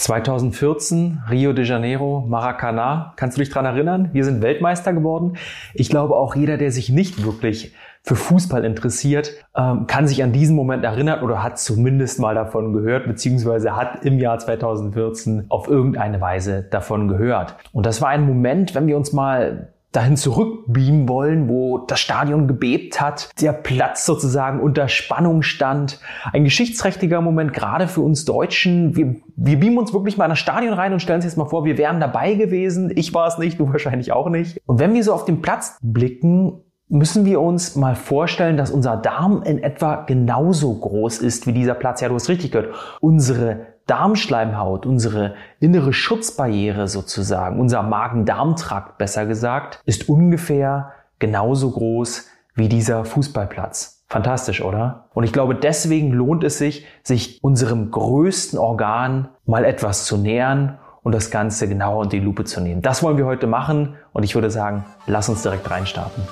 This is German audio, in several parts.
2014, Rio de Janeiro, Maracanã. Kannst du dich dran erinnern? Wir sind Weltmeister geworden. Ich glaube, auch jeder, der sich nicht wirklich für Fußball interessiert, kann sich an diesen Moment erinnern oder hat zumindest mal davon gehört, beziehungsweise hat im Jahr 2014 auf irgendeine Weise davon gehört. Und das war ein Moment, wenn wir uns mal dahin zurückbeamen wollen, wo das Stadion gebebt hat, der Platz sozusagen unter Spannung stand. Ein geschichtsträchtiger Moment, gerade für uns Deutschen. Wir beamen uns wirklich mal in das Stadion rein und stellen uns jetzt mal vor, wir wären dabei gewesen. Ich war es nicht, du wahrscheinlich auch nicht. Und wenn wir so auf den Platz blicken, müssen wir uns mal vorstellen, dass unser Darm in etwa genauso groß ist wie dieser Platz. Ja, du hast richtig gehört. Unsere Darmschleimhaut, unsere innere Schutzbarriere sozusagen, unser Magen-Darm-Trakt besser gesagt, ist ungefähr genauso groß wie dieser Fußballplatz. Fantastisch, oder? Und ich glaube, deswegen lohnt es sich unserem größten Organ mal etwas zu nähern und das Ganze genauer unter die Lupe zu nehmen. Das wollen wir heute machen und ich würde sagen, lass uns direkt reinstarten.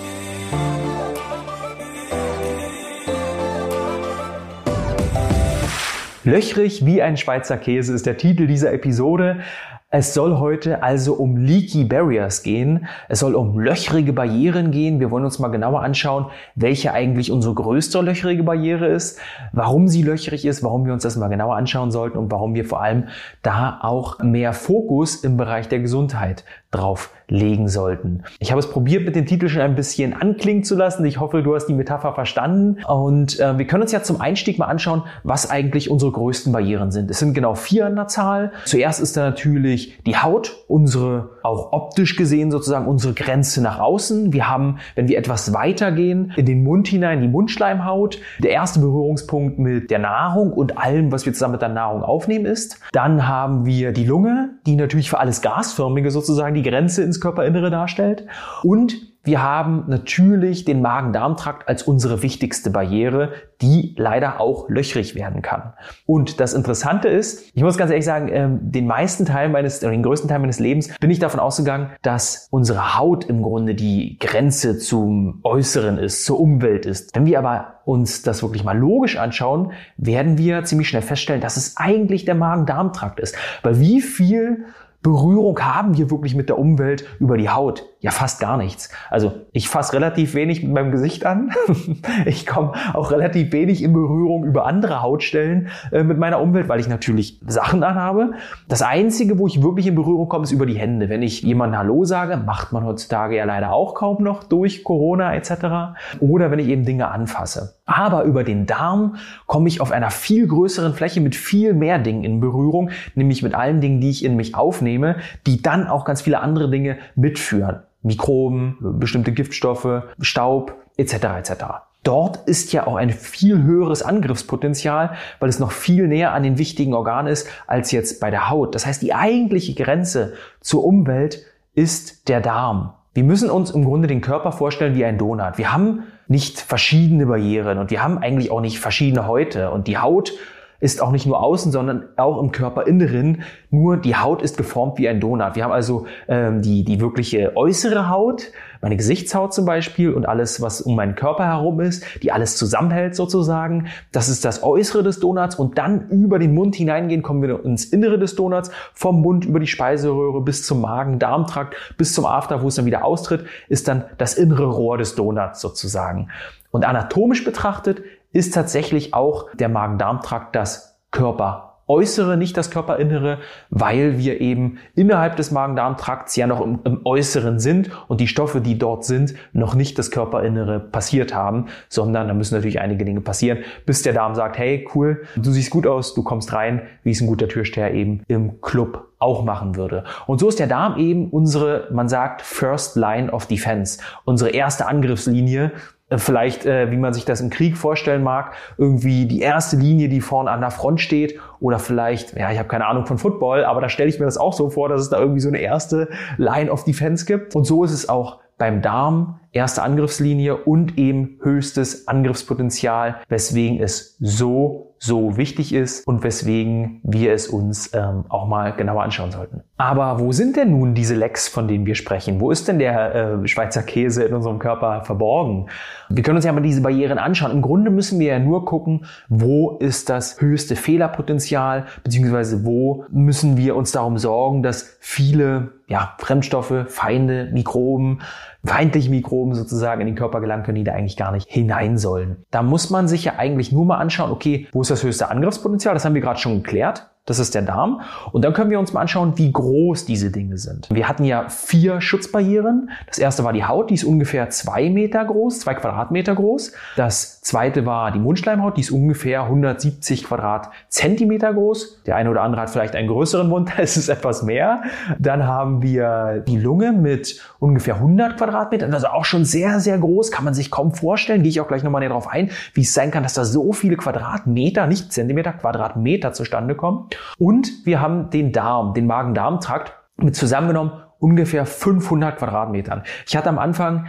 Löchrig wie ein Schweizer Käse ist der Titel dieser Episode. Es soll heute also um Leaky Barriers gehen. Es soll um löchrige Barrieren gehen. Wir wollen uns mal genauer anschauen, welche eigentlich unsere größte löchrige Barriere ist, warum sie löchrig ist, warum wir uns das mal genauer anschauen sollten und warum wir vor allem da auch mehr Fokus im Bereich der Gesundheit drauf legen sollten. Ich habe es probiert, mit dem Titel schon ein bisschen anklingen zu lassen. Ich hoffe, du hast die Metapher verstanden. Und wir können uns ja zum Einstieg mal anschauen, was eigentlich unsere größten Barrieren sind. Es sind genau 4 an der Zahl. Zuerst ist da natürlich die Haut, unsere, auch optisch gesehen sozusagen, unsere Grenze nach außen. Wir haben, wenn wir etwas weiter gehen, in den Mund hinein die Mundschleimhaut. Der erste Berührungspunkt mit der Nahrung und allem, was wir zusammen mit der Nahrung aufnehmen, ist. Dann haben wir die Lunge, die natürlich für alles Gasförmige sozusagen die Grenze ins Körperinnere darstellt. Und wir haben natürlich den Magen-Darm-Trakt als unsere wichtigste Barriere, die leider auch löchrig werden kann. Und das Interessante ist, ich muss ganz ehrlich sagen, den größten Teil meines Lebens bin ich davon ausgegangen, dass unsere Haut im Grunde die Grenze zum Äußeren ist, zur Umwelt ist. Wenn wir aber uns das wirklich mal logisch anschauen, werden wir ziemlich schnell feststellen, dass es eigentlich der Magen-Darm-Trakt ist. Weil wie viel Berührung haben wir wirklich mit der Umwelt über die Haut? Ja, fast gar nichts. Also ich fasse relativ wenig mit meinem Gesicht an. Ich komme auch relativ wenig in Berührung über andere Hautstellen mit meiner Umwelt, weil ich natürlich Sachen anhabe. Das Einzige, wo ich wirklich in Berührung komme, ist über die Hände. Wenn ich jemandem Hallo sage, macht man heutzutage ja leider auch kaum noch durch Corona etc. Oder wenn ich eben Dinge anfasse. Aber über den Darm komme ich auf einer viel größeren Fläche mit viel mehr Dingen in Berührung, nämlich mit allen Dingen, die ich in mich aufnehme, die dann auch ganz viele andere Dinge mitführen. Mikroben, bestimmte Giftstoffe, Staub etc. etc. Dort ist ja auch ein viel höheres Angriffspotenzial, weil es noch viel näher an den wichtigen Organen ist als jetzt bei der Haut. Das heißt, die eigentliche Grenze zur Umwelt ist der Darm. Wir müssen uns im Grunde den Körper vorstellen wie ein Donut. Wir haben nicht verschiedene Barrieren und wir haben eigentlich auch nicht verschiedene Häute. Und die Haut ist auch nicht nur außen, sondern auch im Körperinneren. Nur die Haut ist geformt wie ein Donut. Wir haben also die wirkliche äußere Haut, meine Gesichtshaut zum Beispiel und alles, was um meinen Körper herum ist, die alles zusammenhält sozusagen. Das ist das Äußere des Donuts und dann über den Mund hineingehen, kommen wir ins Innere des Donuts, vom Mund über die Speiseröhre bis zum Magen-Darm-Trakt, bis zum After, wo es dann wieder austritt, ist dann das innere Rohr des Donuts sozusagen. Und anatomisch betrachtet ist tatsächlich auch der Magen-Darm-Trakt das Körperäußere, nicht das Körperinnere, weil wir eben innerhalb des Magen-Darm-Trakts ja noch im Äußeren sind und die Stoffe, die dort sind, noch nicht das Körperinnere passiert haben, sondern da müssen natürlich einige Dinge passieren, bis der Darm sagt, hey, cool, du siehst gut aus, du kommst rein, wie es ein guter Türsteher eben im Club auch machen würde. Und so ist der Darm eben unsere, man sagt, First Line of Defense, unsere erste Angriffslinie. Vielleicht, wie man sich das im Krieg vorstellen mag, irgendwie die erste Linie, die vorne an der Front steht oder vielleicht, ja, ich habe keine Ahnung von Football, aber da stelle ich mir das auch so vor, dass es da irgendwie so eine erste Line of Defense gibt. Und so ist es auch beim Darm, erste Angriffslinie und eben höchstes Angriffspotenzial, weswegen es so wichtig ist und weswegen wir es uns auch mal genauer anschauen sollten. Aber wo sind denn nun diese Lecks, von denen wir sprechen? Wo ist denn der Schweizer Käse in unserem Körper verborgen? Wir können uns ja mal diese Barrieren anschauen. Im Grunde müssen wir ja nur gucken, wo ist das höchste Fehlerpotenzial, beziehungsweise wo müssen wir uns darum sorgen, dass viele Fremdstoffe, Feinde, Mikroben, feindliche Mikroben sozusagen in den Körper gelangen können, die da eigentlich gar nicht hinein sollen. Da muss man sich ja eigentlich nur mal anschauen, okay, wo ist das höchste Angriffspotenzial? Das haben wir gerade schon geklärt. Das ist der Darm. Und dann können wir uns mal anschauen, wie groß diese Dinge sind. Wir hatten ja 4 Schutzbarrieren. Das erste war die Haut, die ist ungefähr 2 Meter groß, 2 Quadratmeter groß. Das zweite war die Mundschleimhaut, die ist ungefähr 170 Quadratzentimeter groß. Der eine oder andere hat vielleicht einen größeren Mund, da ist es etwas mehr. Dann haben wir die Lunge mit ungefähr 100 Quadratmetern, also auch schon sehr, sehr groß, kann man sich kaum vorstellen. Gehe ich auch gleich nochmal darauf ein, wie es sein kann, dass da so viele Quadratmeter, nicht Zentimeter, Quadratmeter zustande kommen. Und wir haben den Darm, den Magen-Darm-Trakt mit zusammengenommen ungefähr 500 Quadratmetern. Ich hatte am Anfang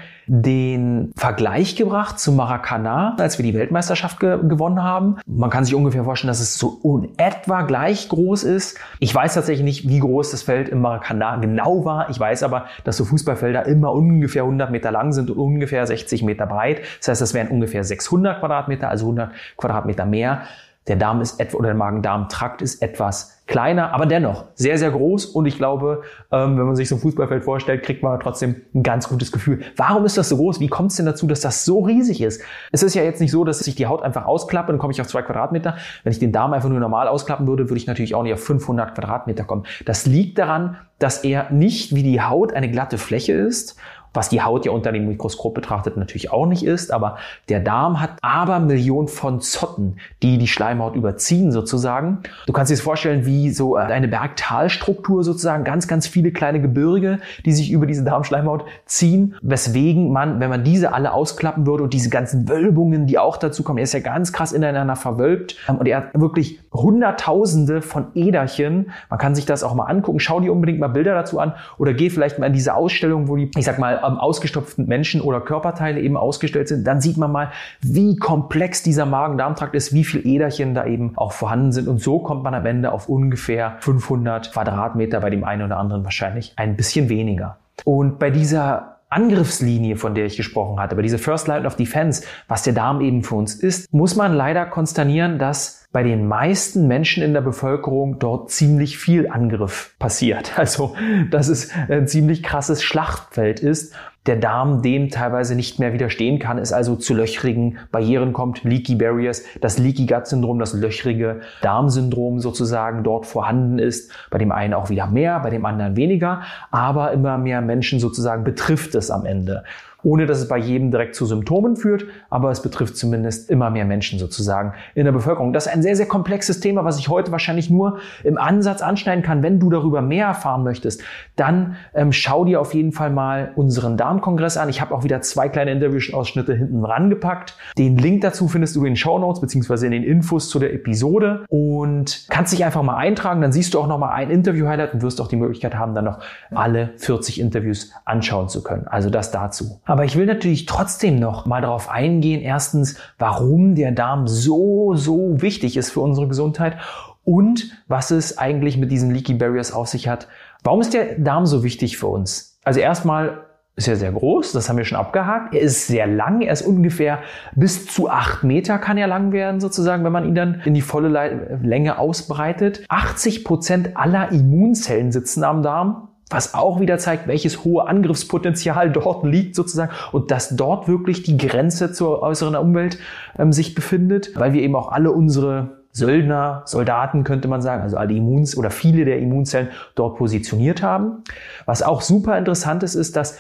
den Vergleich gebracht zu Maracanã, als wir die Weltmeisterschaft gewonnen haben. Man kann sich ungefähr vorstellen, dass es so in etwa gleich groß ist. Ich weiß tatsächlich nicht, wie groß das Feld im Maracanã genau war. Ich weiß aber, dass so Fußballfelder immer ungefähr 100 Meter lang sind und ungefähr 60 Meter breit. Das heißt, das wären ungefähr 600 Quadratmeter, also 100 Quadratmeter mehr. Der Darm ist oder der Magen-Darm-Trakt ist etwas kleiner, aber dennoch sehr, sehr groß. Und ich glaube, wenn man sich so ein Fußballfeld vorstellt, kriegt man trotzdem ein ganz gutes Gefühl. Warum ist das so groß? Wie kommt es denn dazu, dass das so riesig ist? Es ist ja jetzt nicht so, dass ich die Haut einfach ausklappe, dann komme ich auf 2 Quadratmeter. Wenn ich den Darm einfach nur normal ausklappen würde, würde ich natürlich auch nicht auf 500 Quadratmeter kommen. Das liegt daran, dass er nicht wie die Haut eine glatte Fläche ist, was die Haut ja unter dem Mikroskop betrachtet natürlich auch nicht ist, aber der Darm hat Abermillionen von Zotten, die die Schleimhaut überziehen sozusagen. Du kannst dir das vorstellen wie so eine Bergtalstruktur sozusagen, ganz, ganz viele kleine Gebirge, die sich über diese Darmschleimhaut ziehen, weswegen man, wenn man diese alle ausklappen würde und diese ganzen Wölbungen, die auch dazu kommen, er ist ja ganz krass ineinander verwölbt und er hat wirklich Hunderttausende von Äderchen. Man kann sich das auch mal angucken. Schau dir unbedingt mal Bilder dazu an oder geh vielleicht mal in diese Ausstellung, wo die, ich sag mal, ausgestopften Menschen oder Körperteile eben ausgestellt sind. Dann sieht man mal, wie komplex dieser Magen-Darm-Trakt ist, wie viel Äderchen da eben auch vorhanden sind. Und so kommt man am Ende auf ungefähr 500 Quadratmeter, bei dem einen oder anderen wahrscheinlich ein bisschen weniger. Und bei dieser Angriffslinie, von der ich gesprochen hatte, bei dieser First Line of Defense, was der Darm eben für uns ist, muss man leider konstatieren, dass bei den meisten Menschen in der Bevölkerung dort ziemlich viel Angriff passiert. Also, dass es ein ziemlich krasses Schlachtfeld ist. Der Darm dem teilweise nicht mehr widerstehen kann, es also zu löchrigen Barrieren kommt, Leaky Barriers, das Leaky Gut Syndrom, das löchrige Darmsyndrom sozusagen dort vorhanden ist. Bei dem einen auch wieder mehr, bei dem anderen weniger, aber immer mehr Menschen sozusagen betrifft es am Ende. Ohne dass es bei jedem direkt zu Symptomen führt, aber es betrifft zumindest immer mehr Menschen sozusagen in der Bevölkerung. Das ist ein sehr, sehr komplexes Thema, was ich heute wahrscheinlich nur im Ansatz anschneiden kann. Wenn du darüber mehr erfahren möchtest, dann schau dir auf jeden Fall mal unseren Darmkongress an. Ich habe auch wieder 2 kleine Interviewausschnitte hinten rangepackt. Den Link dazu findest du in den Shownotes beziehungsweise in den Infos zu der Episode und kannst dich einfach mal eintragen. Dann siehst du auch nochmal ein Interview-Highlight und wirst auch die Möglichkeit haben, dann noch alle 40 Interviews anschauen zu können. Also das dazu. Aber ich will natürlich trotzdem noch mal darauf eingehen, erstens, warum der Darm so wichtig ist für unsere Gesundheit und was es eigentlich mit diesen Leaky Barriers auf sich hat. Warum ist der Darm so wichtig für uns? Also erstmal ist er sehr groß, das haben wir schon abgehakt. Er ist sehr lang, er ist ungefähr bis zu 8 Meter kann er lang werden sozusagen, wenn man ihn dann in die volle Länge ausbreitet. 80% aller Immunzellen sitzen am Darm. Was auch wieder zeigt, welches hohe Angriffspotenzial dort liegt sozusagen und dass dort wirklich die Grenze zur äußeren Umwelt sich befindet, weil wir eben auch alle unsere Söldner, Soldaten könnte man sagen, also alle oder viele der Immunzellen dort positioniert haben. Was auch super interessant ist, dass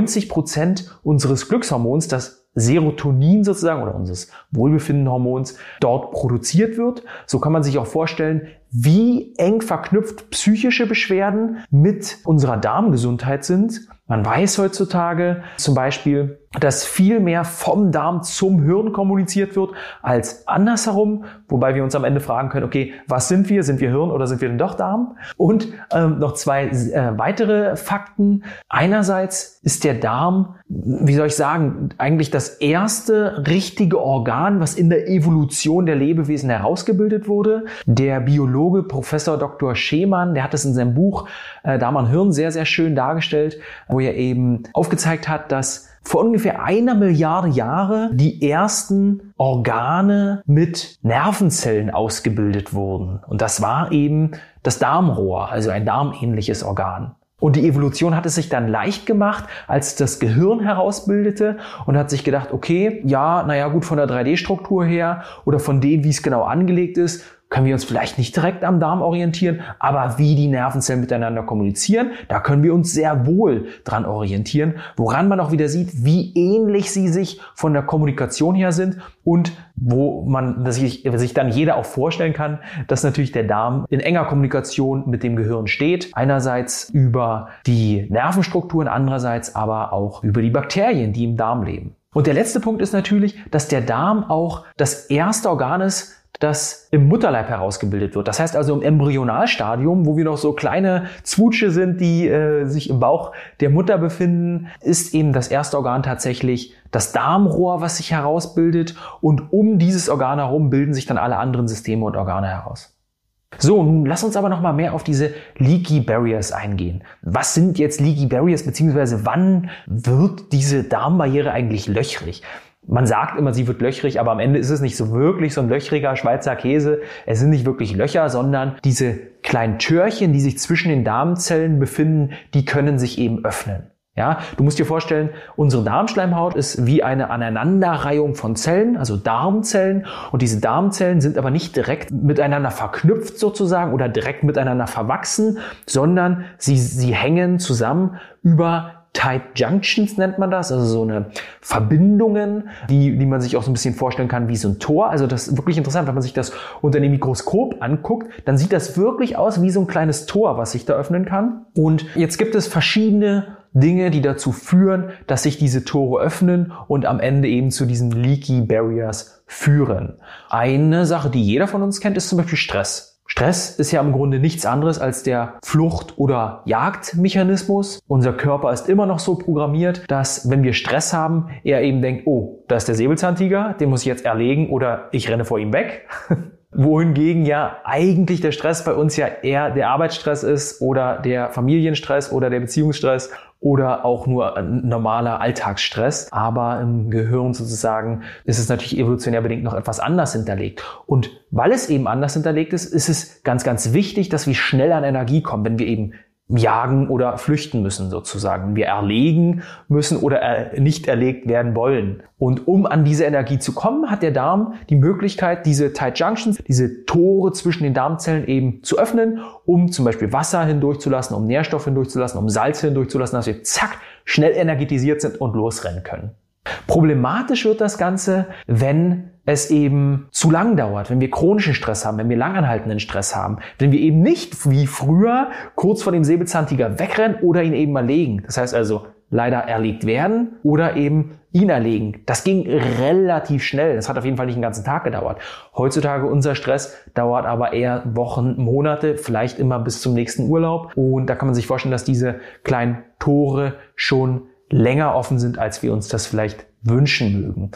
90% unseres Glückshormons, das Serotonin sozusagen oder unseres Wohlbefindenhormons dort produziert wird. So kann man sich auch vorstellen, wie eng verknüpft psychische Beschwerden mit unserer Darmgesundheit sind. Man weiß heutzutage zum Beispiel, dass viel mehr vom Darm zum Hirn kommuniziert wird als andersherum, wobei wir uns am Ende fragen können, okay, was sind wir? Sind wir Hirn oder sind wir denn doch Darm? Und noch 2 weitere Fakten. Einerseits ist der Darm, wie soll ich sagen, eigentlich das erste richtige Organ, was in der Evolution der Lebewesen herausgebildet wurde. Der Biologe Neurologe Professor Dr. Schemann, der hat es in seinem Buch Darm und Hirn sehr, sehr schön dargestellt, wo er eben aufgezeigt hat, dass vor ungefähr 1 Milliarde Jahre die ersten Organe mit Nervenzellen ausgebildet wurden. Und das war eben das Darmrohr, also ein darmähnliches Organ. Und die Evolution hat es sich dann leicht gemacht, als das Gehirn herausbildete und hat sich gedacht, okay, ja, naja gut, von der 3D-Struktur her oder von dem, wie es genau angelegt ist, können wir uns vielleicht nicht direkt am Darm orientieren, aber wie die Nervenzellen miteinander kommunizieren, da können wir uns sehr wohl dran orientieren, woran man auch wieder sieht, wie ähnlich sie sich von der Kommunikation her sind und wo man sich dann jeder auch vorstellen kann, dass natürlich der Darm in enger Kommunikation mit dem Gehirn steht. Einerseits über die Nervenstrukturen, andererseits aber auch über die Bakterien, die im Darm leben. Und der letzte Punkt ist natürlich, dass der Darm auch das erste Organ ist, das im Mutterleib herausgebildet wird. Das heißt also im Embryonalstadium, wo wir noch so kleine Zwutsche sind, die sich im Bauch der Mutter befinden, ist eben das erste Organ tatsächlich das Darmrohr, was sich herausbildet. Und um dieses Organ herum bilden sich dann alle anderen Systeme und Organe heraus. So, nun lass uns aber noch mal mehr auf diese Leaky Barriers eingehen. Was sind jetzt Leaky Barriers, beziehungsweise wann wird diese Darmbarriere eigentlich löchrig? Man sagt immer, sie wird löchrig, aber am Ende ist es nicht so wirklich so ein löchriger Schweizer Käse. Es sind nicht wirklich Löcher, sondern diese kleinen Türchen, die sich zwischen den Darmzellen befinden, die können sich eben öffnen. Ja, du musst dir vorstellen, unsere Darmschleimhaut ist wie eine Aneinanderreihung von Zellen, also Darmzellen. Und diese Darmzellen sind aber nicht direkt miteinander verknüpft sozusagen oder direkt miteinander verwachsen, sondern sie hängen zusammen über Tight Junctions nennt man das, also so eine Verbindungen, die man sich auch so ein bisschen vorstellen kann wie so ein Tor. Also das ist wirklich interessant, wenn man sich das unter dem Mikroskop anguckt, dann sieht das wirklich aus wie so ein kleines Tor, was sich da öffnen kann. Und jetzt gibt es verschiedene Dinge, die dazu führen, dass sich diese Tore öffnen und am Ende eben zu diesen Leaky Barriers führen. Eine Sache, die jeder von uns kennt, ist zum Beispiel Stress. Stress ist ja im Grunde nichts anderes als der Flucht- oder Jagdmechanismus. Unser Körper ist immer noch so programmiert, dass wenn wir Stress haben, er eben denkt, oh, da ist der Säbelzahntiger, den muss ich jetzt erlegen oder ich renne vor ihm weg. Wohingegen ja eigentlich der Stress bei uns ja eher der Arbeitsstress ist oder der Familienstress oder der Beziehungsstress oder auch nur ein normaler Alltagsstress. Aber im Gehirn sozusagen ist es natürlich evolutionär bedingt noch etwas anders hinterlegt. Und weil es eben anders hinterlegt ist, ist es ganz, ganz wichtig, dass wir schnell an Energie kommen, wenn wir eben jagen oder flüchten müssen sozusagen. Wir erlegen müssen oder nicht erlegt werden wollen. Und um an diese Energie zu kommen, hat der Darm die Möglichkeit, diese Tight Junctions, diese Tore zwischen den Darmzellen eben zu öffnen, um zum Beispiel Wasser hindurchzulassen, um Nährstoffe hindurchzulassen, um Salze hindurchzulassen, dass wir zack, schnell energetisiert sind und losrennen können. Problematisch wird das Ganze, wenn es eben zu lang dauert, wenn wir chronischen Stress haben, wenn wir langanhaltenden Stress haben, wenn wir eben nicht wie früher kurz vor dem Säbelzahntiger wegrennen oder ihn eben erlegen. Das heißt also leider erlegt werden oder eben ihn erlegen. Das ging relativ schnell. Das hat auf jeden Fall nicht den ganzen Tag gedauert. Heutzutage unser Stress dauert aber eher Wochen, Monate, vielleicht immer bis zum nächsten Urlaub. Und da kann man sich vorstellen, dass diese kleinen Tore schon länger offen sind, als wir uns das vielleicht wünschen mögen.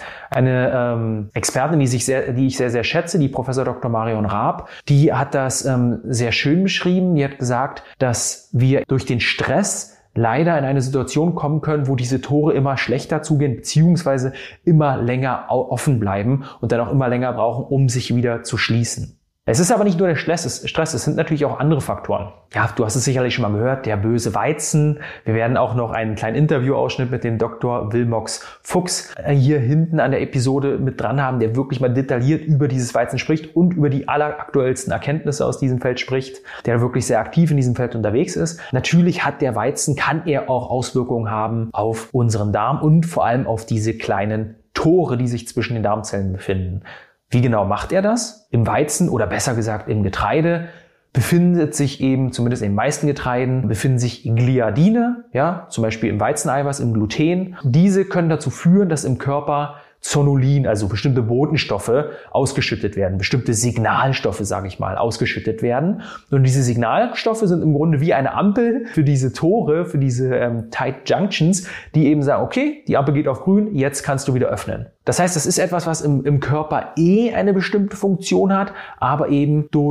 Eine Expertin, die ich sehr, sehr schätze, die Professor Dr. Marion Raab, die hat das sehr schön beschrieben. Die hat gesagt, dass wir durch den Stress leider in eine Situation kommen können, wo diese Tore immer schlechter zugehen, beziehungsweise immer länger offen bleiben und dann auch immer länger brauchen, um sich wieder zu schließen. Es ist aber nicht nur der Stress, es sind natürlich auch andere Faktoren. Ja, du hast es sicherlich schon mal gehört, der böse Weizen. Wir werden auch noch einen kleinen Interviewausschnitt mit dem Dr. Wilmox Fuchs hier hinten an der Episode mit dran haben, der wirklich mal detailliert über dieses Weizen spricht und über die alleraktuellsten Erkenntnisse aus diesem Feld spricht, der wirklich sehr aktiv in diesem Feld unterwegs ist. Natürlich hat der Weizen, kann er auch Auswirkungen haben auf unseren Darm und vor allem auf diese kleinen Tore, die sich zwischen den Darmzellen befinden. Wie genau macht er das? Im Weizen oder besser gesagt im Getreide befindet sich eben, zumindest in den meisten Getreiden, befinden sich Gliadine, ja, zum Beispiel im Weizeneiweiß, im Gluten. Diese können dazu führen, dass im Körper Zonulin, also bestimmte Botenstoffe ausgeschüttet werden, bestimmte Signalstoffe, sage ich mal, ausgeschüttet werden. Und diese Signalstoffe sind im Grunde wie eine Ampel für diese Tore, für diese Tight Junctions, die eben sagen, okay, die Ampel geht auf grün, jetzt kannst du wieder öffnen. Das heißt, das ist etwas, was im Körper eine bestimmte Funktion hat, aber eben durch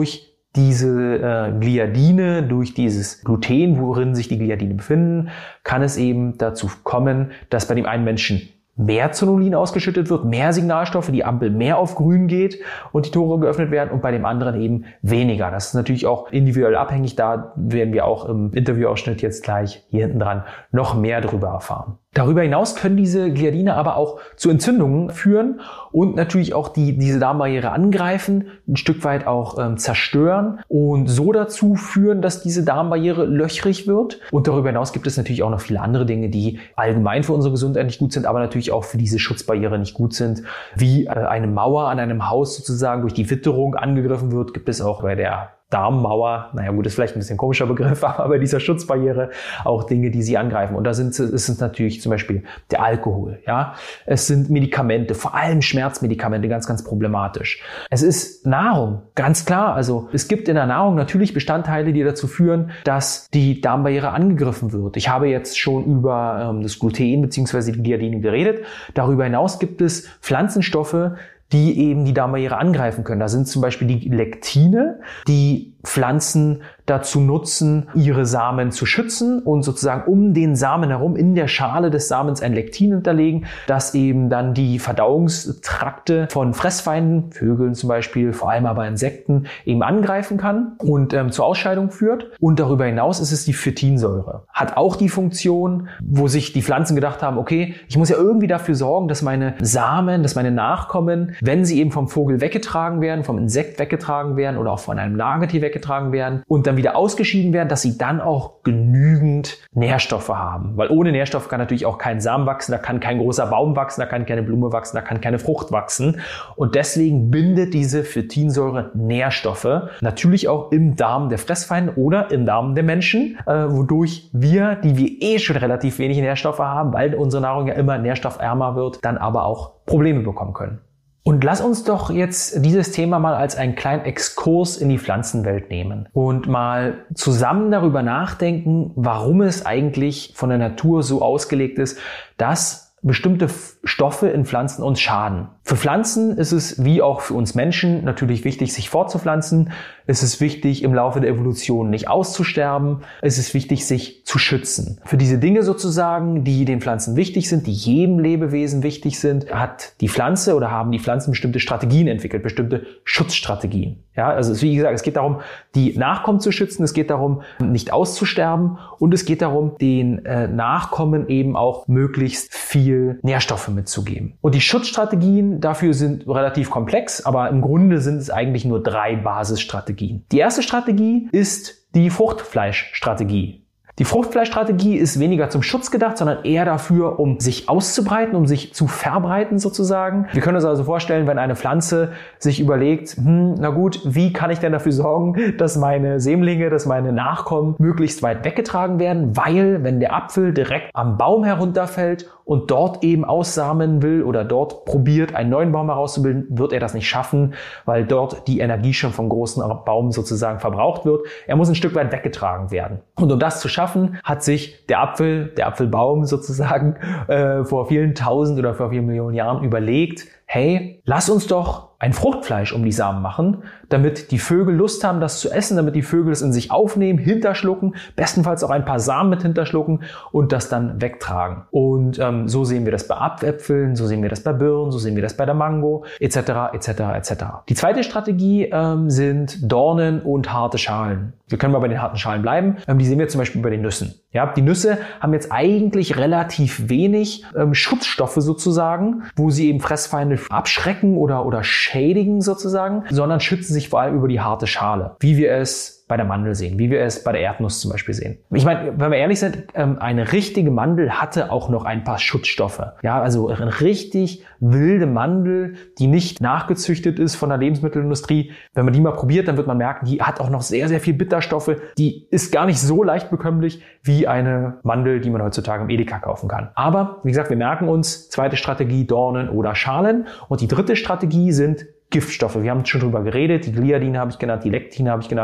diese Gliadine, durch dieses Gluten, worin sich die Gliadine befinden, kann es eben dazu kommen, dass bei dem einen Menschen mehr Zonulin ausgeschüttet wird, mehr Signalstoffe, die Ampel mehr auf grün geht und die Tore geöffnet werden und bei dem anderen eben weniger. Das ist natürlich auch individuell abhängig. Da werden wir auch im Interviewausschnitt jetzt gleich hier hinten dran noch mehr drüber erfahren. Darüber hinaus können diese Gliadine aber auch zu Entzündungen führen und natürlich auch diese Darmbarriere angreifen, ein Stück weit auch zerstören und so dazu führen, dass diese Darmbarriere löchrig wird. Und darüber hinaus gibt es natürlich auch noch viele andere Dinge, die allgemein für unsere Gesundheit nicht gut sind, aber natürlich auch für diese Schutzbarriere nicht gut sind. Wie eine Mauer an einem Haus sozusagen durch die Witterung angegriffen wird, gibt es auch bei der Darmmauer, naja gut, ist vielleicht ein bisschen komischer Begriff, aber bei dieser Schutzbarriere auch Dinge, die sie angreifen. Und da ist es natürlich zum Beispiel der Alkohol, ja. Es sind Medikamente, vor allem Schmerzmedikamente, ganz, ganz problematisch. Es ist Nahrung, ganz klar. Also es gibt in der Nahrung natürlich Bestandteile, die dazu führen, dass die Darmbarriere angegriffen wird. Ich habe jetzt schon über das Gluten bzw. die Gliadine geredet. Darüber hinaus gibt es Pflanzenstoffe, die eben die Darmbarriere angreifen können. Da sind zum Beispiel die Lektine, die Pflanzen dazu nutzen, ihre Samen zu schützen und sozusagen um den Samen herum in der Schale des Samens ein Lektin hinterlegen, das eben dann die Verdauungstrakte von Fressfeinden, Vögeln zum Beispiel, vor allem aber Insekten, eben angreifen kann und zur Ausscheidung führt. Und darüber hinaus ist es die Phytinsäure. Hat auch die Funktion, wo sich die Pflanzen gedacht haben, okay, ich muss ja irgendwie dafür sorgen, dass meine Samen, dass meine Nachkommen, wenn sie eben vom Vogel weggetragen werden, vom Insekt weggetragen werden oder auch von einem Nagetier weggetragen werden und dann wieder ausgeschieden werden, dass sie dann auch genügend Nährstoffe haben. Weil ohne Nährstoffe kann natürlich auch kein Samen wachsen, da kann kein großer Baum wachsen, da kann keine Blume wachsen, da kann keine Frucht wachsen. Und deswegen bindet diese Phytinsäure Nährstoffe, natürlich auch im Darm der Fressfeinde oder im Darm der Menschen, wodurch wir, die wir schon relativ wenig Nährstoffe haben, weil unsere Nahrung ja immer nährstoffärmer wird, dann aber auch Probleme bekommen können. Und lass uns doch jetzt dieses Thema mal als einen kleinen Exkurs in die Pflanzenwelt nehmen und mal zusammen darüber nachdenken, warum es eigentlich von der Natur so ausgelegt ist, dass bestimmte Stoffe in Pflanzen uns schaden. Für Pflanzen ist es, wie auch für uns Menschen, natürlich wichtig, sich fortzupflanzen. Es ist wichtig, im Laufe der Evolution nicht auszusterben. Es ist wichtig, sich zu schützen. Für diese Dinge sozusagen, die den Pflanzen wichtig sind, die jedem Lebewesen wichtig sind, hat die Pflanze oder haben die Pflanzen bestimmte Strategien entwickelt, bestimmte Schutzstrategien. Ja, also wie gesagt, es geht darum, die Nachkommen zu schützen, es geht darum, nicht auszusterben und es geht darum, den Nachkommen eben auch möglichst viel Nährstoffe mitzugeben. Und die Schutzstrategien dafür sind relativ komplex, aber im Grunde sind es eigentlich nur 3 Basisstrategien. Die erste Strategie ist die Fruchtfleischstrategie. Die Fruchtfleischstrategie ist weniger zum Schutz gedacht, sondern eher dafür, um sich auszubreiten, um sich zu verbreiten sozusagen. Wir können uns also vorstellen, wenn eine Pflanze sich überlegt, na gut, wie kann ich denn dafür sorgen, dass meine Sämlinge, dass meine Nachkommen möglichst weit weggetragen werden, weil wenn der Apfel direkt am Baum herunterfällt und dort eben aussamen will oder dort probiert, einen neuen Baum herauszubilden, wird er das nicht schaffen, weil dort die Energie schon vom großen Baum sozusagen verbraucht wird. Er muss ein Stück weit weggetragen werden. Und um das zu schaffen, hat sich der Apfelbaum sozusagen vor vielen tausend oder vor vielen Millionen Jahren überlegt, hey, lass uns doch ein Fruchtfleisch um die Samen machen, damit die Vögel Lust haben, das zu essen, damit die Vögel es in sich aufnehmen, hinterschlucken, bestenfalls auch ein paar Samen mit hinterschlucken und das dann wegtragen. Und so sehen wir das bei Apfeln, so sehen wir das bei Birnen, so sehen wir das bei der Mango, etc., etc., etc. Die zweite Strategie sind Dornen und harte Schalen. Wir können mal bei den harten Schalen bleiben. Die sehen wir zum Beispiel bei den Nüssen. Ja, die Nüsse haben jetzt eigentlich relativ wenig Schutzstoffe sozusagen, wo sie eben Fressfeinde abschrecken oder schädigen sozusagen, sondern schützen sich vor allem über die harte Schale, wie wir es bei der Mandel sehen, wie wir es bei der Erdnuss zum Beispiel sehen. Ich meine, wenn wir ehrlich sind, eine richtige Mandel hatte auch noch ein paar Schutzstoffe. Ja, also eine richtig wilde Mandel, die nicht nachgezüchtet ist von der Lebensmittelindustrie. Wenn man die mal probiert, dann wird man merken, die hat auch noch sehr, sehr viel Bitterstoffe. Die ist gar nicht so leicht bekömmlich wie eine Mandel, die man heutzutage im Edeka kaufen kann. Aber, wie gesagt, wir merken uns, zweite Strategie, Dornen oder Schalen. Und die dritte Strategie sind Giftstoffe. Wir haben schon drüber geredet. Die Gliadine habe ich genannt, die Lektine habe ich genannt.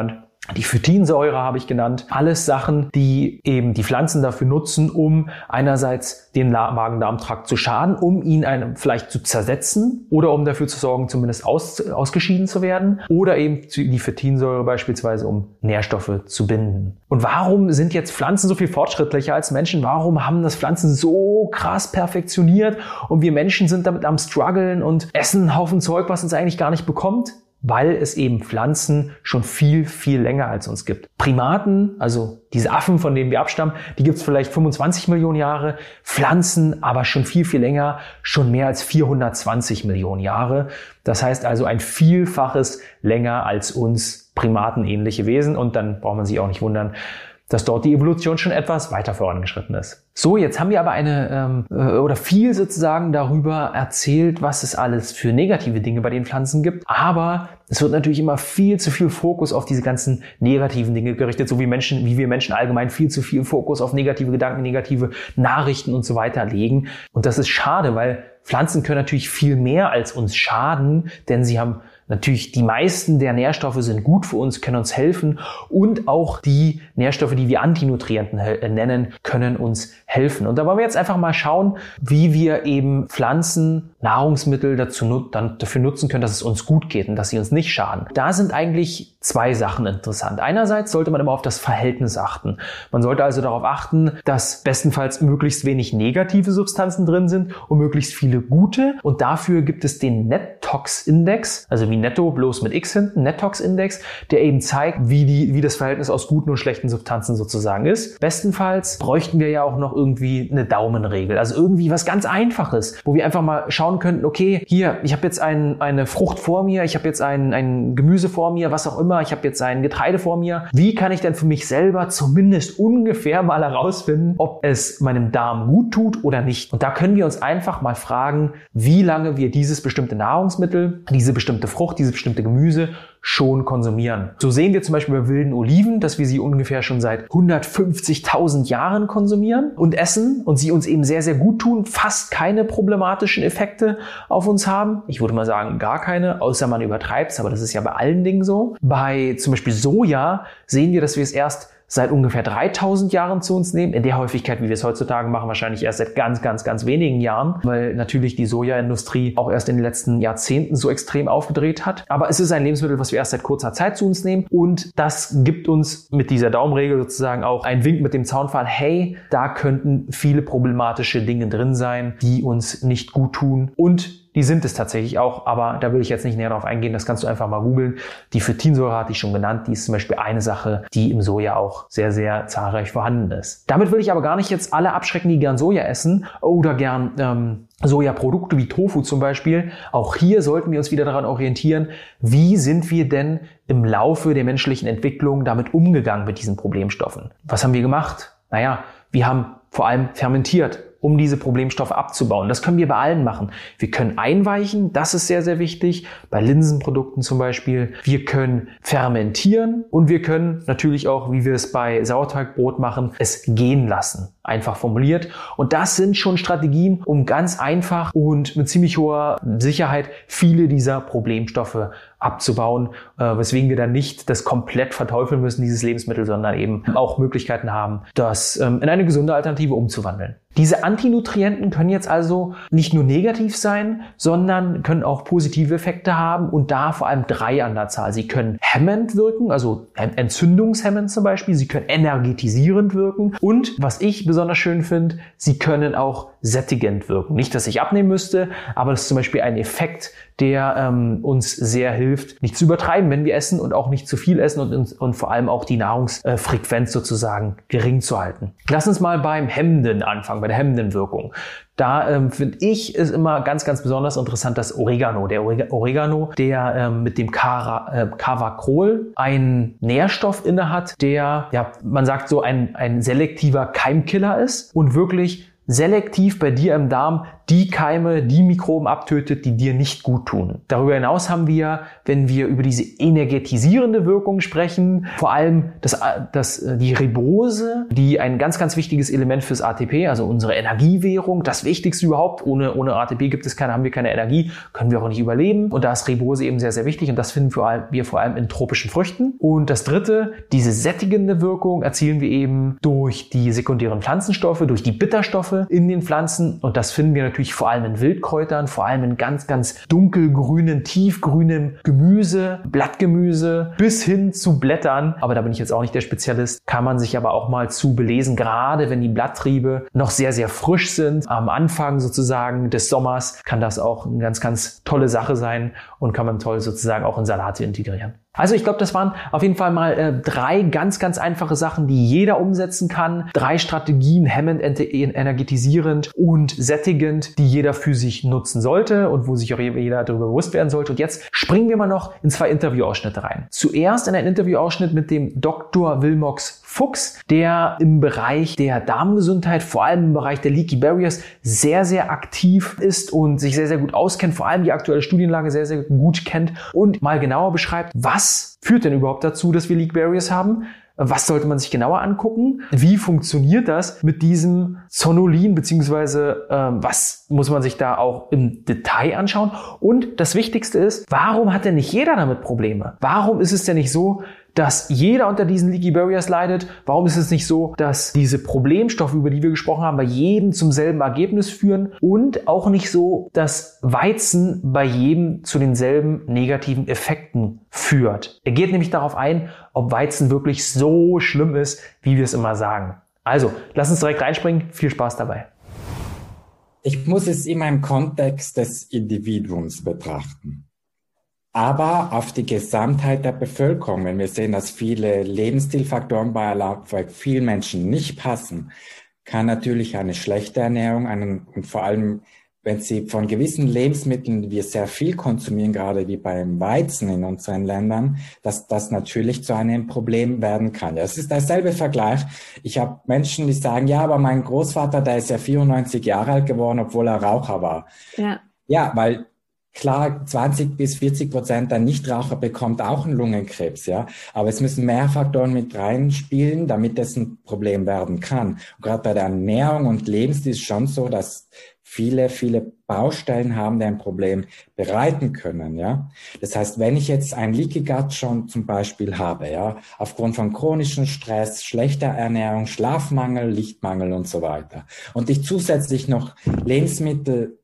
Die Phytinsäure habe ich genannt. Alles Sachen, die eben die Pflanzen dafür nutzen, um einerseits den Magen-Darm-Trakt zu schaden, um ihn vielleicht zu zersetzen oder um dafür zu sorgen, zumindest ausgeschieden zu werden. Oder eben die Phytinsäure beispielsweise, um Nährstoffe zu binden. Und warum sind jetzt Pflanzen so viel fortschrittlicher als Menschen? Warum haben das Pflanzen so krass perfektioniert und wir Menschen sind damit am struggeln und essen einen Haufen Zeug, was uns eigentlich gar nicht bekommt? Weil es eben Pflanzen schon viel, viel länger als uns gibt. Primaten, also diese Affen, von denen wir abstammen, die gibt es vielleicht 25 Millionen Jahre, Pflanzen aber schon viel, viel länger, schon mehr als 420 Millionen Jahre. Das heißt also ein Vielfaches länger als uns primatenähnliche Wesen und dann braucht man sich auch nicht wundern, dass dort die Evolution schon etwas weiter vorangeschritten ist. So, jetzt haben wir aber viel sozusagen darüber erzählt, was es alles für negative Dinge bei den Pflanzen gibt. Aber es wird natürlich immer viel zu viel Fokus auf diese ganzen negativen Dinge gerichtet, so wie wir Menschen allgemein viel zu viel Fokus auf negative Gedanken, negative Nachrichten und so weiter legen. Und das ist schade, weil Pflanzen können natürlich viel mehr als uns schaden, denn sie haben natürlich, die meisten der Nährstoffe sind gut für uns, können uns helfen und auch die Nährstoffe, die wir Antinutrienten nennen, können uns helfen. Und da wollen wir jetzt einfach mal schauen, wie wir eben Pflanzen, Nahrungsmittel dafür nutzen können, dass es uns gut geht und dass sie uns nicht schaden. Da sind eigentlich zwei Sachen interessant. Einerseits sollte man immer auf das Verhältnis achten. Man sollte also darauf achten, dass bestenfalls möglichst wenig negative Substanzen drin sind und möglichst viele gute. Und dafür gibt es den Net-Tox-Index, also wie Netto, bloß mit X hinten, Net-Tox-Index, der eben zeigt, wie das Verhältnis aus guten und schlechten Substanzen sozusagen ist. Bestenfalls bräuchten wir ja auch noch irgendwie eine Daumenregel, also irgendwie was ganz Einfaches, wo wir einfach mal schauen könnten, okay, hier, ich habe jetzt eine Frucht vor mir, ich habe jetzt ein Gemüse vor mir, was auch immer, ich habe jetzt ein Getreide vor mir. Wie kann ich denn für mich selber zumindest ungefähr mal herausfinden, ob es meinem Darm gut tut oder nicht? Und da können wir uns einfach mal fragen, wie lange wir dieses bestimmte Nahrungsmittel, diese bestimmte Frucht, dieses bestimmte Gemüse schon konsumieren. So sehen wir zum Beispiel bei wilden Oliven, dass wir sie ungefähr schon seit 150.000 Jahren konsumieren und essen und sie uns eben sehr, sehr gut tun, fast keine problematischen Effekte auf uns haben. Ich würde mal sagen, gar keine, außer man übertreibt es, aber das ist ja bei allen Dingen so. Bei zum Beispiel Soja sehen wir, dass wir es erst seit ungefähr 3000 Jahren zu uns nehmen. In der Häufigkeit, wie wir es heutzutage machen, wahrscheinlich erst seit ganz, ganz, ganz wenigen Jahren, weil natürlich die Sojaindustrie auch erst in den letzten Jahrzehnten so extrem aufgedreht hat. Aber es ist ein Lebensmittel, was wir erst seit kurzer Zeit zu uns nehmen und das gibt uns mit dieser Daumenregel sozusagen auch einen Wink mit dem Zaunpfahl, hey, da könnten viele problematische Dinge drin sein, die uns nicht gut tun und die sind es tatsächlich auch, aber da will ich jetzt nicht näher darauf eingehen, das kannst du einfach mal googeln. Die Phytinsäure hatte ich schon genannt, die ist zum Beispiel eine Sache, die im Soja auch sehr, sehr zahlreich vorhanden ist. Damit will ich aber gar nicht jetzt alle abschrecken, die gern Soja essen oder gern Sojaprodukte wie Tofu zum Beispiel. Auch hier sollten wir uns wieder daran orientieren, wie sind wir denn im Laufe der menschlichen Entwicklung damit umgegangen mit diesen Problemstoffen? Was haben wir gemacht? Naja, wir haben vor allem fermentiert, um diese Problemstoffe abzubauen. Das können wir bei allen machen. Wir können einweichen, das ist sehr, sehr wichtig, bei Linsenprodukten zum Beispiel. Wir können fermentieren und wir können natürlich auch, wie wir es bei Sauerteigbrot machen, es gehen lassen. Einfach formuliert. Und das sind schon Strategien, um ganz einfach und mit ziemlich hoher Sicherheit viele dieser Problemstoffe abzubauen, weswegen wir dann nicht das komplett verteufeln müssen, dieses Lebensmittel, sondern eben auch Möglichkeiten haben, das in eine gesunde Alternative umzuwandeln. Diese Antinutrienten können jetzt also nicht nur negativ sein, sondern können auch positive Effekte haben und da vor allem 3 an der Zahl. Sie können hemmend wirken, also entzündungshemmend zum Beispiel, sie können energetisierend wirken und, was ich besonders schön finde, sie können auch sättigend wirken. Nicht, dass ich abnehmen müsste, aber das ist zum Beispiel ein Effekt, der uns sehr hilft, nicht zu übertreiben, wenn wir essen und auch nicht zu viel essen und vor allem auch die Nahrungsfrequenz sozusagen gering zu halten. Lass uns mal beim Hemmenden anfangen, bei der hemmenden Wirkung. Da finde ich es immer ganz, ganz besonders interessant, das Oregano. Der Oregano, der mit dem Carvacrol einen Nährstoff innehat, der, ja, man sagt so ein selektiver Keimkiller ist und wirklich selektiv bei dir im Darm die Keime, die Mikroben abtötet, die dir nicht gut tun. Darüber hinaus haben wir, wenn wir über diese energetisierende Wirkung sprechen, vor allem die Ribose, die ein ganz, ganz wichtiges Element fürs ATP, also unsere Energiewährung, das Wichtigste überhaupt. Ohne ATP haben wir keine Energie, können wir auch nicht überleben. Und da ist Ribose eben sehr, sehr wichtig und das finden wir vor allem in tropischen Früchten. Und das dritte, diese sättigende Wirkung erzielen wir eben durch die sekundären Pflanzenstoffe, durch die Bitterstoffe in den Pflanzen. Und das finden wir natürlich vor allem in Wildkräutern, vor allem in ganz, ganz dunkelgrünen, tiefgrünem Gemüse, Blattgemüse bis hin zu Blättern. Aber da bin ich jetzt auch nicht der Spezialist. Kann man sich aber auch mal zu belesen, gerade wenn die Blatttriebe noch sehr, sehr frisch sind. Am Anfang sozusagen des Sommers kann das auch eine ganz, ganz tolle Sache sein und kann man toll sozusagen auch in Salate integrieren. Also ich glaube, das waren auf jeden Fall mal 3 ganz, ganz einfache Sachen, die jeder umsetzen kann. 3 Strategien, hemmend, energetisierend und sättigend, die jeder für sich nutzen sollte und wo sich auch jeder darüber bewusst werden sollte. Und jetzt springen wir mal noch in 2 Interviewausschnitte rein. Zuerst in einen Interviewausschnitt mit dem Dr. Wilmox Fuchs, der im Bereich der Darmgesundheit, vor allem im Bereich der Leaky Barriers, sehr, sehr aktiv ist und sich sehr, sehr gut auskennt, vor allem die aktuelle Studienlage sehr, sehr gut kennt und mal genauer beschreibt, was führt denn überhaupt dazu, dass wir Leaky Barriers haben? Was sollte man sich genauer angucken? Wie funktioniert das mit diesem Zonulin, beziehungsweise was muss man sich da auch im Detail anschauen? Und das Wichtigste ist, warum hat denn nicht jeder damit Probleme? Warum ist es denn nicht so, dass jeder unter diesen Leaky Barriers leidet? Warum ist es nicht so, dass diese Problemstoffe, über die wir gesprochen haben, bei jedem zum selben Ergebnis führen? Und auch nicht so, dass Weizen bei jedem zu denselben negativen Effekten führt. Er geht nämlich darauf ein, ob Weizen wirklich so schlimm ist, wie wir es immer sagen. Also, lass uns direkt reinspringen. Viel Spaß dabei. Ich muss es immer im Kontext des Individuums betrachten. Aber auf die Gesamtheit der Bevölkerung, wenn wir sehen, dass viele Lebensstilfaktoren bei vielen Menschen nicht passen, kann natürlich eine schlechte Ernährung, und vor allem, wenn sie von gewissen Lebensmitteln, die wir sehr viel konsumieren, gerade wie beim Weizen in unseren Ländern, dass das natürlich zu einem Problem werden kann. Ja, es ist derselbe Vergleich. Ich habe Menschen, die sagen, ja, aber mein Großvater, der ist ja 94 Jahre alt geworden, obwohl er Raucher war. Ja, weil klar, 20-40% der Nichtraucher bekommt auch einen Lungenkrebs, ja. Aber es müssen mehr Faktoren mit reinspielen, damit das ein Problem werden kann. Und gerade bei der Ernährung und Lebensstil ist es schon so, dass viele Baustellen haben, die ein Problem bereiten können, ja. Das heißt, wenn ich jetzt ein Leaky Gut schon zum Beispiel habe, ja, aufgrund von chronischem Stress, schlechter Ernährung, Schlafmangel, Lichtmangel und so weiter, und ich zusätzlich noch Lebensmittel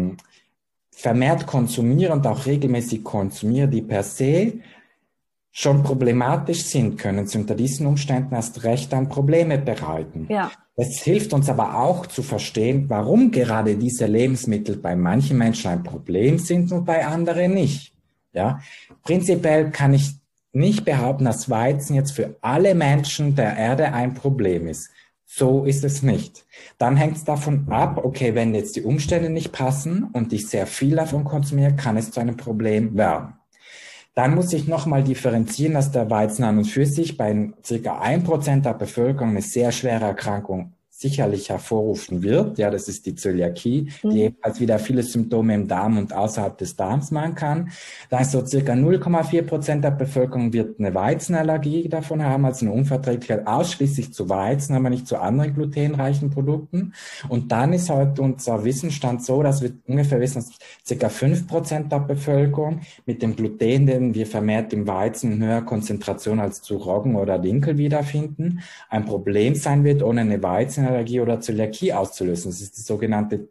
vermehrt konsumiere und auch regelmäßig konsumiere, die per se schon problematisch sind, können sie unter diesen Umständen erst recht dann Probleme bereiten. Ja. Es hilft uns aber auch zu verstehen, warum gerade diese Lebensmittel bei manchen Menschen ein Problem sind und bei anderen nicht. Ja, prinzipiell kann ich nicht behaupten, dass Weizen jetzt für alle Menschen der Erde ein Problem ist. So ist es nicht. Dann hängt es davon ab, okay, wenn jetzt die Umstände nicht passen und ich sehr viel davon konsumiere, kann es zu einem Problem werden. Dann muss ich nochmal differenzieren, dass der Weizen an und für sich bei ca. 1% der Bevölkerung eine sehr schwere Erkrankung sicherlich hervorrufen wird. Ja, das ist die Zöliakie, die ebenfalls wieder viele Symptome im Darm und außerhalb des Darms machen kann. Da ist so circa 0,4% der Bevölkerung wird eine Weizenallergie davon haben, also eine Unverträglichkeit ausschließlich zu Weizen, aber nicht zu anderen glutenreichen Produkten. Und dann ist heute unser Wissensstand so, dass wir ungefähr wissen, dass circa 5% der Bevölkerung mit dem Gluten, den wir vermehrt im Weizen in höherer Konzentration als zu Roggen oder Dinkel wiederfinden, ein Problem sein wird, ohne eine Weizenallergie oder Zöliakie auszulösen. Das ist die sogenannte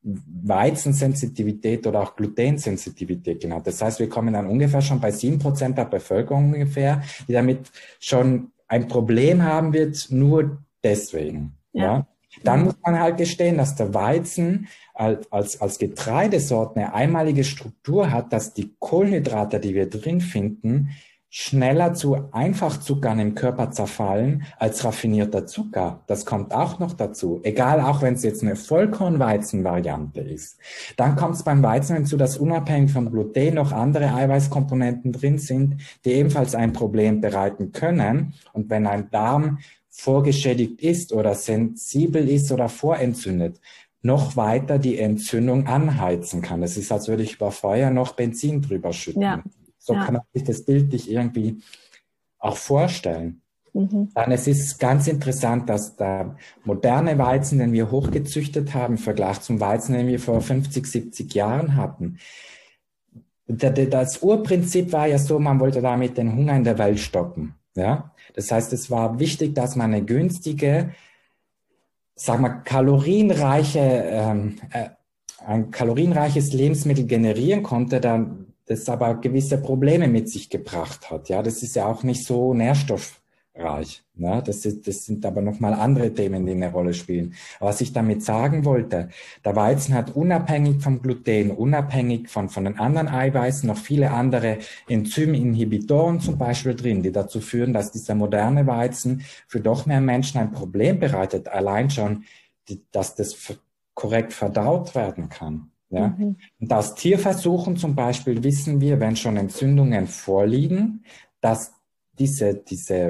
Weizensensitivität oder auch Glutensensitivität genannt. Das heißt, wir kommen dann ungefähr schon bei 7% der Bevölkerung ungefähr, die damit schon ein Problem haben wird, nur deswegen. Ja. Dann muss man halt gestehen, dass der Weizen als Getreidesorte eine einmalige Struktur hat, dass die Kohlenhydrate, die wir drin finden, schneller zu Einfachzuckern im Körper zerfallen als raffinierter Zucker. Das kommt auch noch dazu. Egal, auch wenn es jetzt eine Vollkornweizen-Variante ist. Dann kommt es beim Weizen hinzu, dass unabhängig vom Gluten noch andere Eiweißkomponenten drin sind, die ebenfalls ein Problem bereiten können. Und wenn ein Darm vorgeschädigt ist oder sensibel ist oder vorentzündet, noch weiter die Entzündung anheizen kann. Das ist, als würde ich über Feuer noch Benzin drüber schütten. Ja. So kann man sich das bildlich irgendwie auch vorstellen. Dann es ist ganz interessant, dass der moderne Weizen, den wir hochgezüchtet haben, im Vergleich zum Weizen, den wir vor 50, 70 Jahren hatten, das Urprinzip war ja so, man wollte damit den Hunger in der Welt stoppen. Ja? Das heißt, es war wichtig, dass man eine günstige, sagen wir, ein kalorienreiches Lebensmittel generieren konnte, das aber gewisse Probleme mit sich gebracht hat. Ja, das ist ja auch nicht so nährstoffreich. Ne? Das sind aber nochmal andere Themen, die eine Rolle spielen. Aber was ich damit sagen wollte, der Weizen hat unabhängig vom Gluten, unabhängig von den anderen Eiweißen noch viele andere Enzyminhibitoren zum Beispiel drin, die dazu führen, dass dieser moderne Weizen für doch mehr Menschen ein Problem bereitet. Allein schon, dass das korrekt verdaut werden kann. Ja? Und aus Tierversuchen zum Beispiel wissen wir, wenn schon Entzündungen vorliegen, dass diese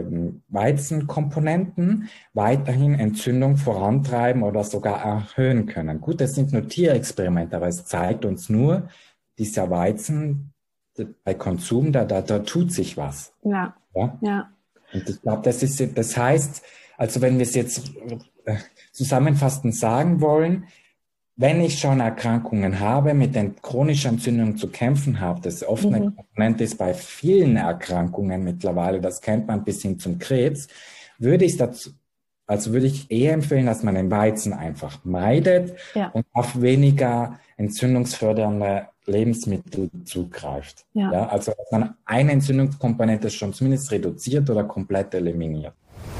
Weizenkomponenten weiterhin Entzündung vorantreiben oder sogar erhöhen können. Gut, das sind nur Tierexperimente, aber es zeigt uns nur, dieser Weizen bei Konsum, da tut sich was. Ja. Und ich glaube, das heißt, also wenn wir es jetzt zusammenfassend sagen wollen, wenn ich schon Erkrankungen habe, mit den chronischen Entzündungen zu kämpfen habe, das oft eine Komponente ist bei vielen Erkrankungen mittlerweile, das kennt man bis hin zum Krebs, würde ich eher empfehlen, dass man den Weizen einfach meidet und auf weniger entzündungsfördernde Lebensmittel zugreift. Ja, also dass man eine Entzündungskomponente schon zumindest reduziert oder komplett eliminiert.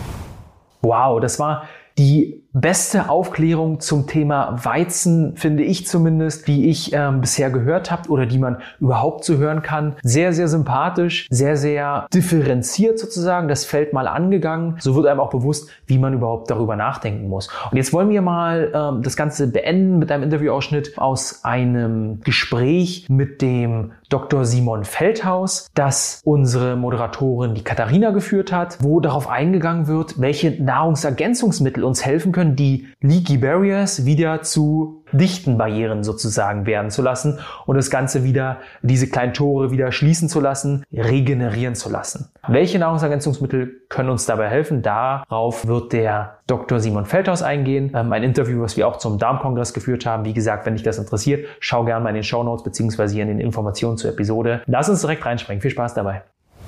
Wow, das war die beste Aufklärung zum Thema Weizen, finde ich zumindest, die ich bisher gehört habe oder die man überhaupt so hören kann. Sehr, sehr sympathisch, sehr, sehr differenziert sozusagen, das Feld mal angegangen. So wird einem auch bewusst, wie man überhaupt darüber nachdenken muss. Und jetzt wollen wir mal das Ganze beenden mit einem Interviewausschnitt aus einem Gespräch mit dem Dr. Simon Feldhaus, das unsere Moderatorin, die Katharina, geführt hat, wo darauf eingegangen wird, welche Nahrungsergänzungsmittel uns helfen können, die Leaky Barriers wieder zu dichten Barrieren sozusagen werden zu lassen und das Ganze wieder, diese kleinen Tore wieder schließen zu lassen, regenerieren zu lassen. Welche Nahrungsergänzungsmittel können uns dabei helfen? Darauf wird der Dr. Simon Feldhaus eingehen. Ein Interview, was wir auch zum Darmkongress geführt haben. Wie gesagt, wenn dich das interessiert, schau gerne mal in den Shownotes beziehungsweise hier in den Informationen zur Episode. Lass uns direkt reinspringen. Viel Spaß dabei.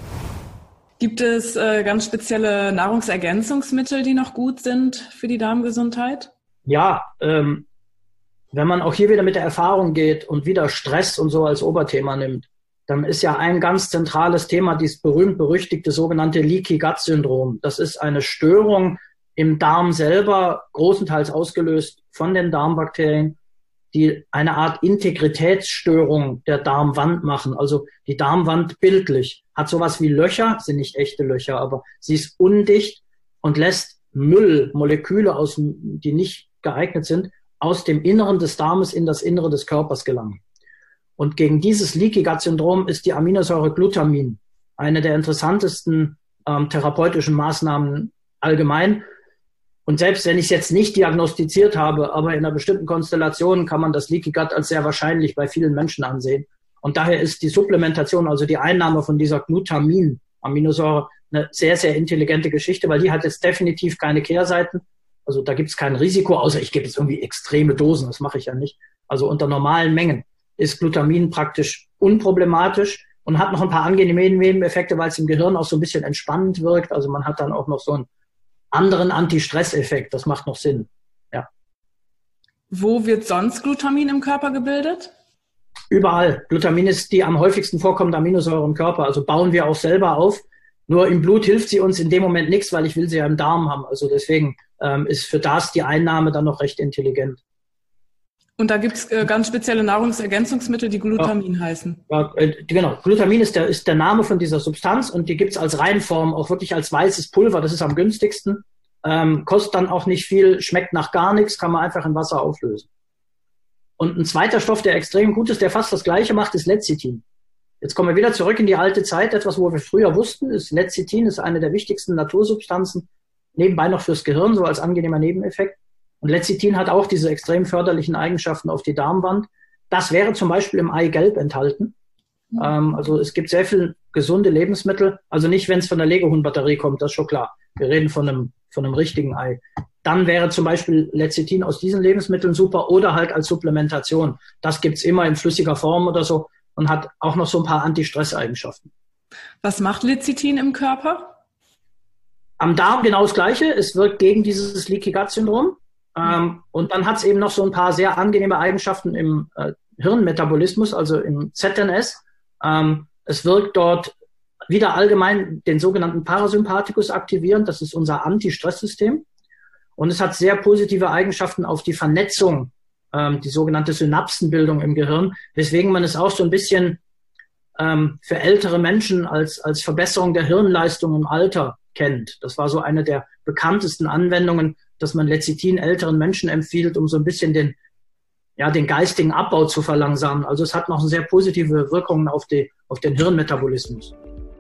Gibt es ganz spezielle Nahrungsergänzungsmittel, die noch gut sind für die Darmgesundheit? Ja, wenn man auch hier wieder mit der Erfahrung geht und wieder Stress und so als Oberthema nimmt, dann ist ja ein ganz zentrales Thema dieses berühmt-berüchtigte sogenannte Leaky Gut Syndrom. Das ist eine Störung im Darm selber, großenteils ausgelöst von den Darmbakterien, die eine Art Integritätsstörung der Darmwand machen. Also die Darmwand bildlich hat sowas wie Löcher, sind nicht echte Löcher, aber sie ist undicht und lässt Moleküle die nicht geeignet sind, aus dem Inneren des Darmes in das Innere des Körpers gelangen. Und gegen dieses Leaky Gut Syndrom ist die Aminosäure Glutamin eine der interessantesten therapeutischen Maßnahmen allgemein. Und selbst wenn ich es jetzt nicht diagnostiziert habe, aber in einer bestimmten Konstellation kann man das Leaky Gut als sehr wahrscheinlich bei vielen Menschen ansehen. Und daher ist die Supplementation, also die Einnahme von dieser Glutamin-Aminosäure, eine sehr, sehr intelligente Geschichte, weil die hat jetzt definitiv keine Kehrseiten. Also da gibt es kein Risiko, außer ich gebe jetzt irgendwie extreme Dosen, das mache ich ja nicht. Also unter normalen Mengen ist Glutamin praktisch unproblematisch und hat noch ein paar angenehme Nebeneffekte, weil es im Gehirn auch so ein bisschen entspannend wirkt. Also man hat dann auch noch so einen anderen Anti-Stress-Effekt, das macht noch Sinn. Ja. Wo wird sonst Glutamin im Körper gebildet? Überall. Glutamin ist die am häufigsten vorkommende Aminosäure im Körper, also bauen wir auch selber auf. Nur im Blut hilft sie uns in dem Moment nichts, weil ich will sie ja im Darm haben. Also deswegen ist für das die Einnahme dann noch recht intelligent. Und da gibt es ganz spezielle Nahrungsergänzungsmittel, die Glutamin heißen. Ja, genau, Glutamin ist der Name von dieser Substanz und die gibt es als Reinform, auch wirklich als weißes Pulver, das ist am günstigsten. Kostet dann auch nicht viel, schmeckt nach gar nichts, kann man einfach in Wasser auflösen. Und ein zweiter Stoff, der extrem gut ist, der fast das Gleiche macht, ist Lecithin. Jetzt kommen wir wieder zurück in die alte Zeit. Etwas, wo wir früher wussten, ist Lecithin, ist eine der wichtigsten Natursubstanzen. nebenbei noch fürs Gehirn, so als angenehmer Nebeneffekt. Und Lecithin hat auch diese extrem förderlichen Eigenschaften auf die Darmwand. Das wäre zum Beispiel im Eigelb enthalten. Also es gibt sehr viel gesunde Lebensmittel. Also nicht, wenn es von der Legehuhn-Batterie kommt, das ist schon klar. Wir reden von einem richtigen Ei. Dann wäre zum Beispiel Lecithin aus diesen Lebensmitteln super oder halt als Supplementation. Das gibt's immer in flüssiger Form oder so und hat auch noch so ein paar Anti-Stress-Eigenschaften. Was macht Lecithin im Körper? Am Darm genau das Gleiche. Es wirkt gegen dieses Leaky Gut Syndrom. Und dann hat es eben noch so ein paar sehr angenehme Eigenschaften im Hirnmetabolismus, also im ZNS. Es wirkt dort wieder allgemein den sogenannten Parasympathikus aktivierend. Das ist unser Anti-Stress-System. Und es hat sehr positive Eigenschaften auf die Vernetzung, die sogenannte Synapsenbildung im Gehirn, weswegen man es auch so ein bisschen für ältere Menschen als Verbesserung der Hirnleistung im Alter kennt. Das war so eine der bekanntesten Anwendungen, dass man Lecithin älteren Menschen empfiehlt, um so ein bisschen den geistigen Abbau zu verlangsamen. Also es hat noch sehr positive Wirkungen auf den Hirnmetabolismus.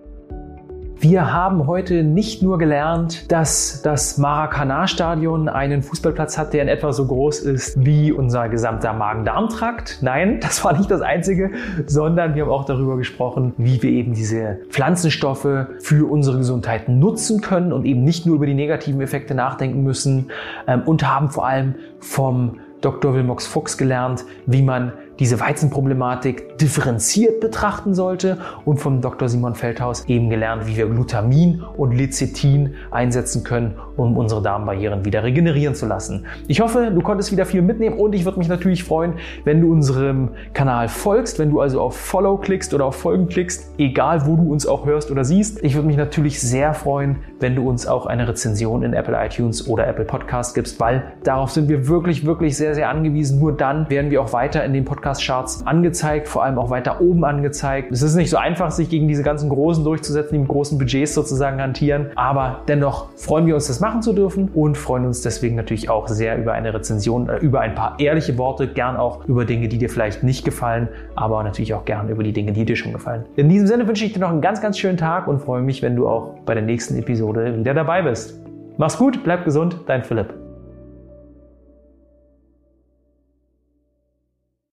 Wir haben heute nicht nur gelernt, dass das Maracanã-Stadion einen Fußballplatz hat, der in etwa so groß ist wie unser gesamter Magen-Darm-Trakt. Nein, das war nicht das Einzige, sondern wir haben auch darüber gesprochen, wie wir eben diese Pflanzenstoffe für unsere Gesundheit nutzen können und eben nicht nur über die negativen Effekte nachdenken müssen und haben vor allem vom Dr. Wilmox Fuchs gelernt, wie man diese Weizenproblematik differenziert betrachten sollte und vom Dr. Simon Feldhaus eben gelernt, wie wir Glutamin und Lecithin einsetzen können, um unsere Darmbarrieren wieder regenerieren zu lassen. Ich hoffe, du konntest wieder viel mitnehmen und ich würde mich natürlich freuen, wenn du unserem Kanal folgst, wenn du also auf Follow klickst oder auf Folgen klickst, egal wo du uns auch hörst oder siehst. Ich würde mich natürlich sehr freuen, wenn du uns auch eine Rezension in Apple iTunes oder Apple Podcast gibst, weil darauf sind wir wirklich, wirklich sehr, sehr angewiesen. Nur dann werden wir auch weiter in den Podcast-Charts angezeigt, vor allem auch weiter oben angezeigt. Es ist nicht so einfach, sich gegen diese ganzen Großen durchzusetzen, die mit großen Budgets sozusagen hantieren, aber dennoch freuen wir uns, das machen zu dürfen und freuen uns deswegen natürlich auch sehr über eine Rezension, über ein paar ehrliche Worte, gern auch über Dinge, die dir vielleicht nicht gefallen, aber natürlich auch gern über die Dinge, die dir schon gefallen. In diesem Sinne wünsche ich dir noch einen ganz, ganz schönen Tag und freue mich, wenn du auch bei der nächsten Episode wieder dabei bist. Mach's gut, bleib gesund, dein Philipp.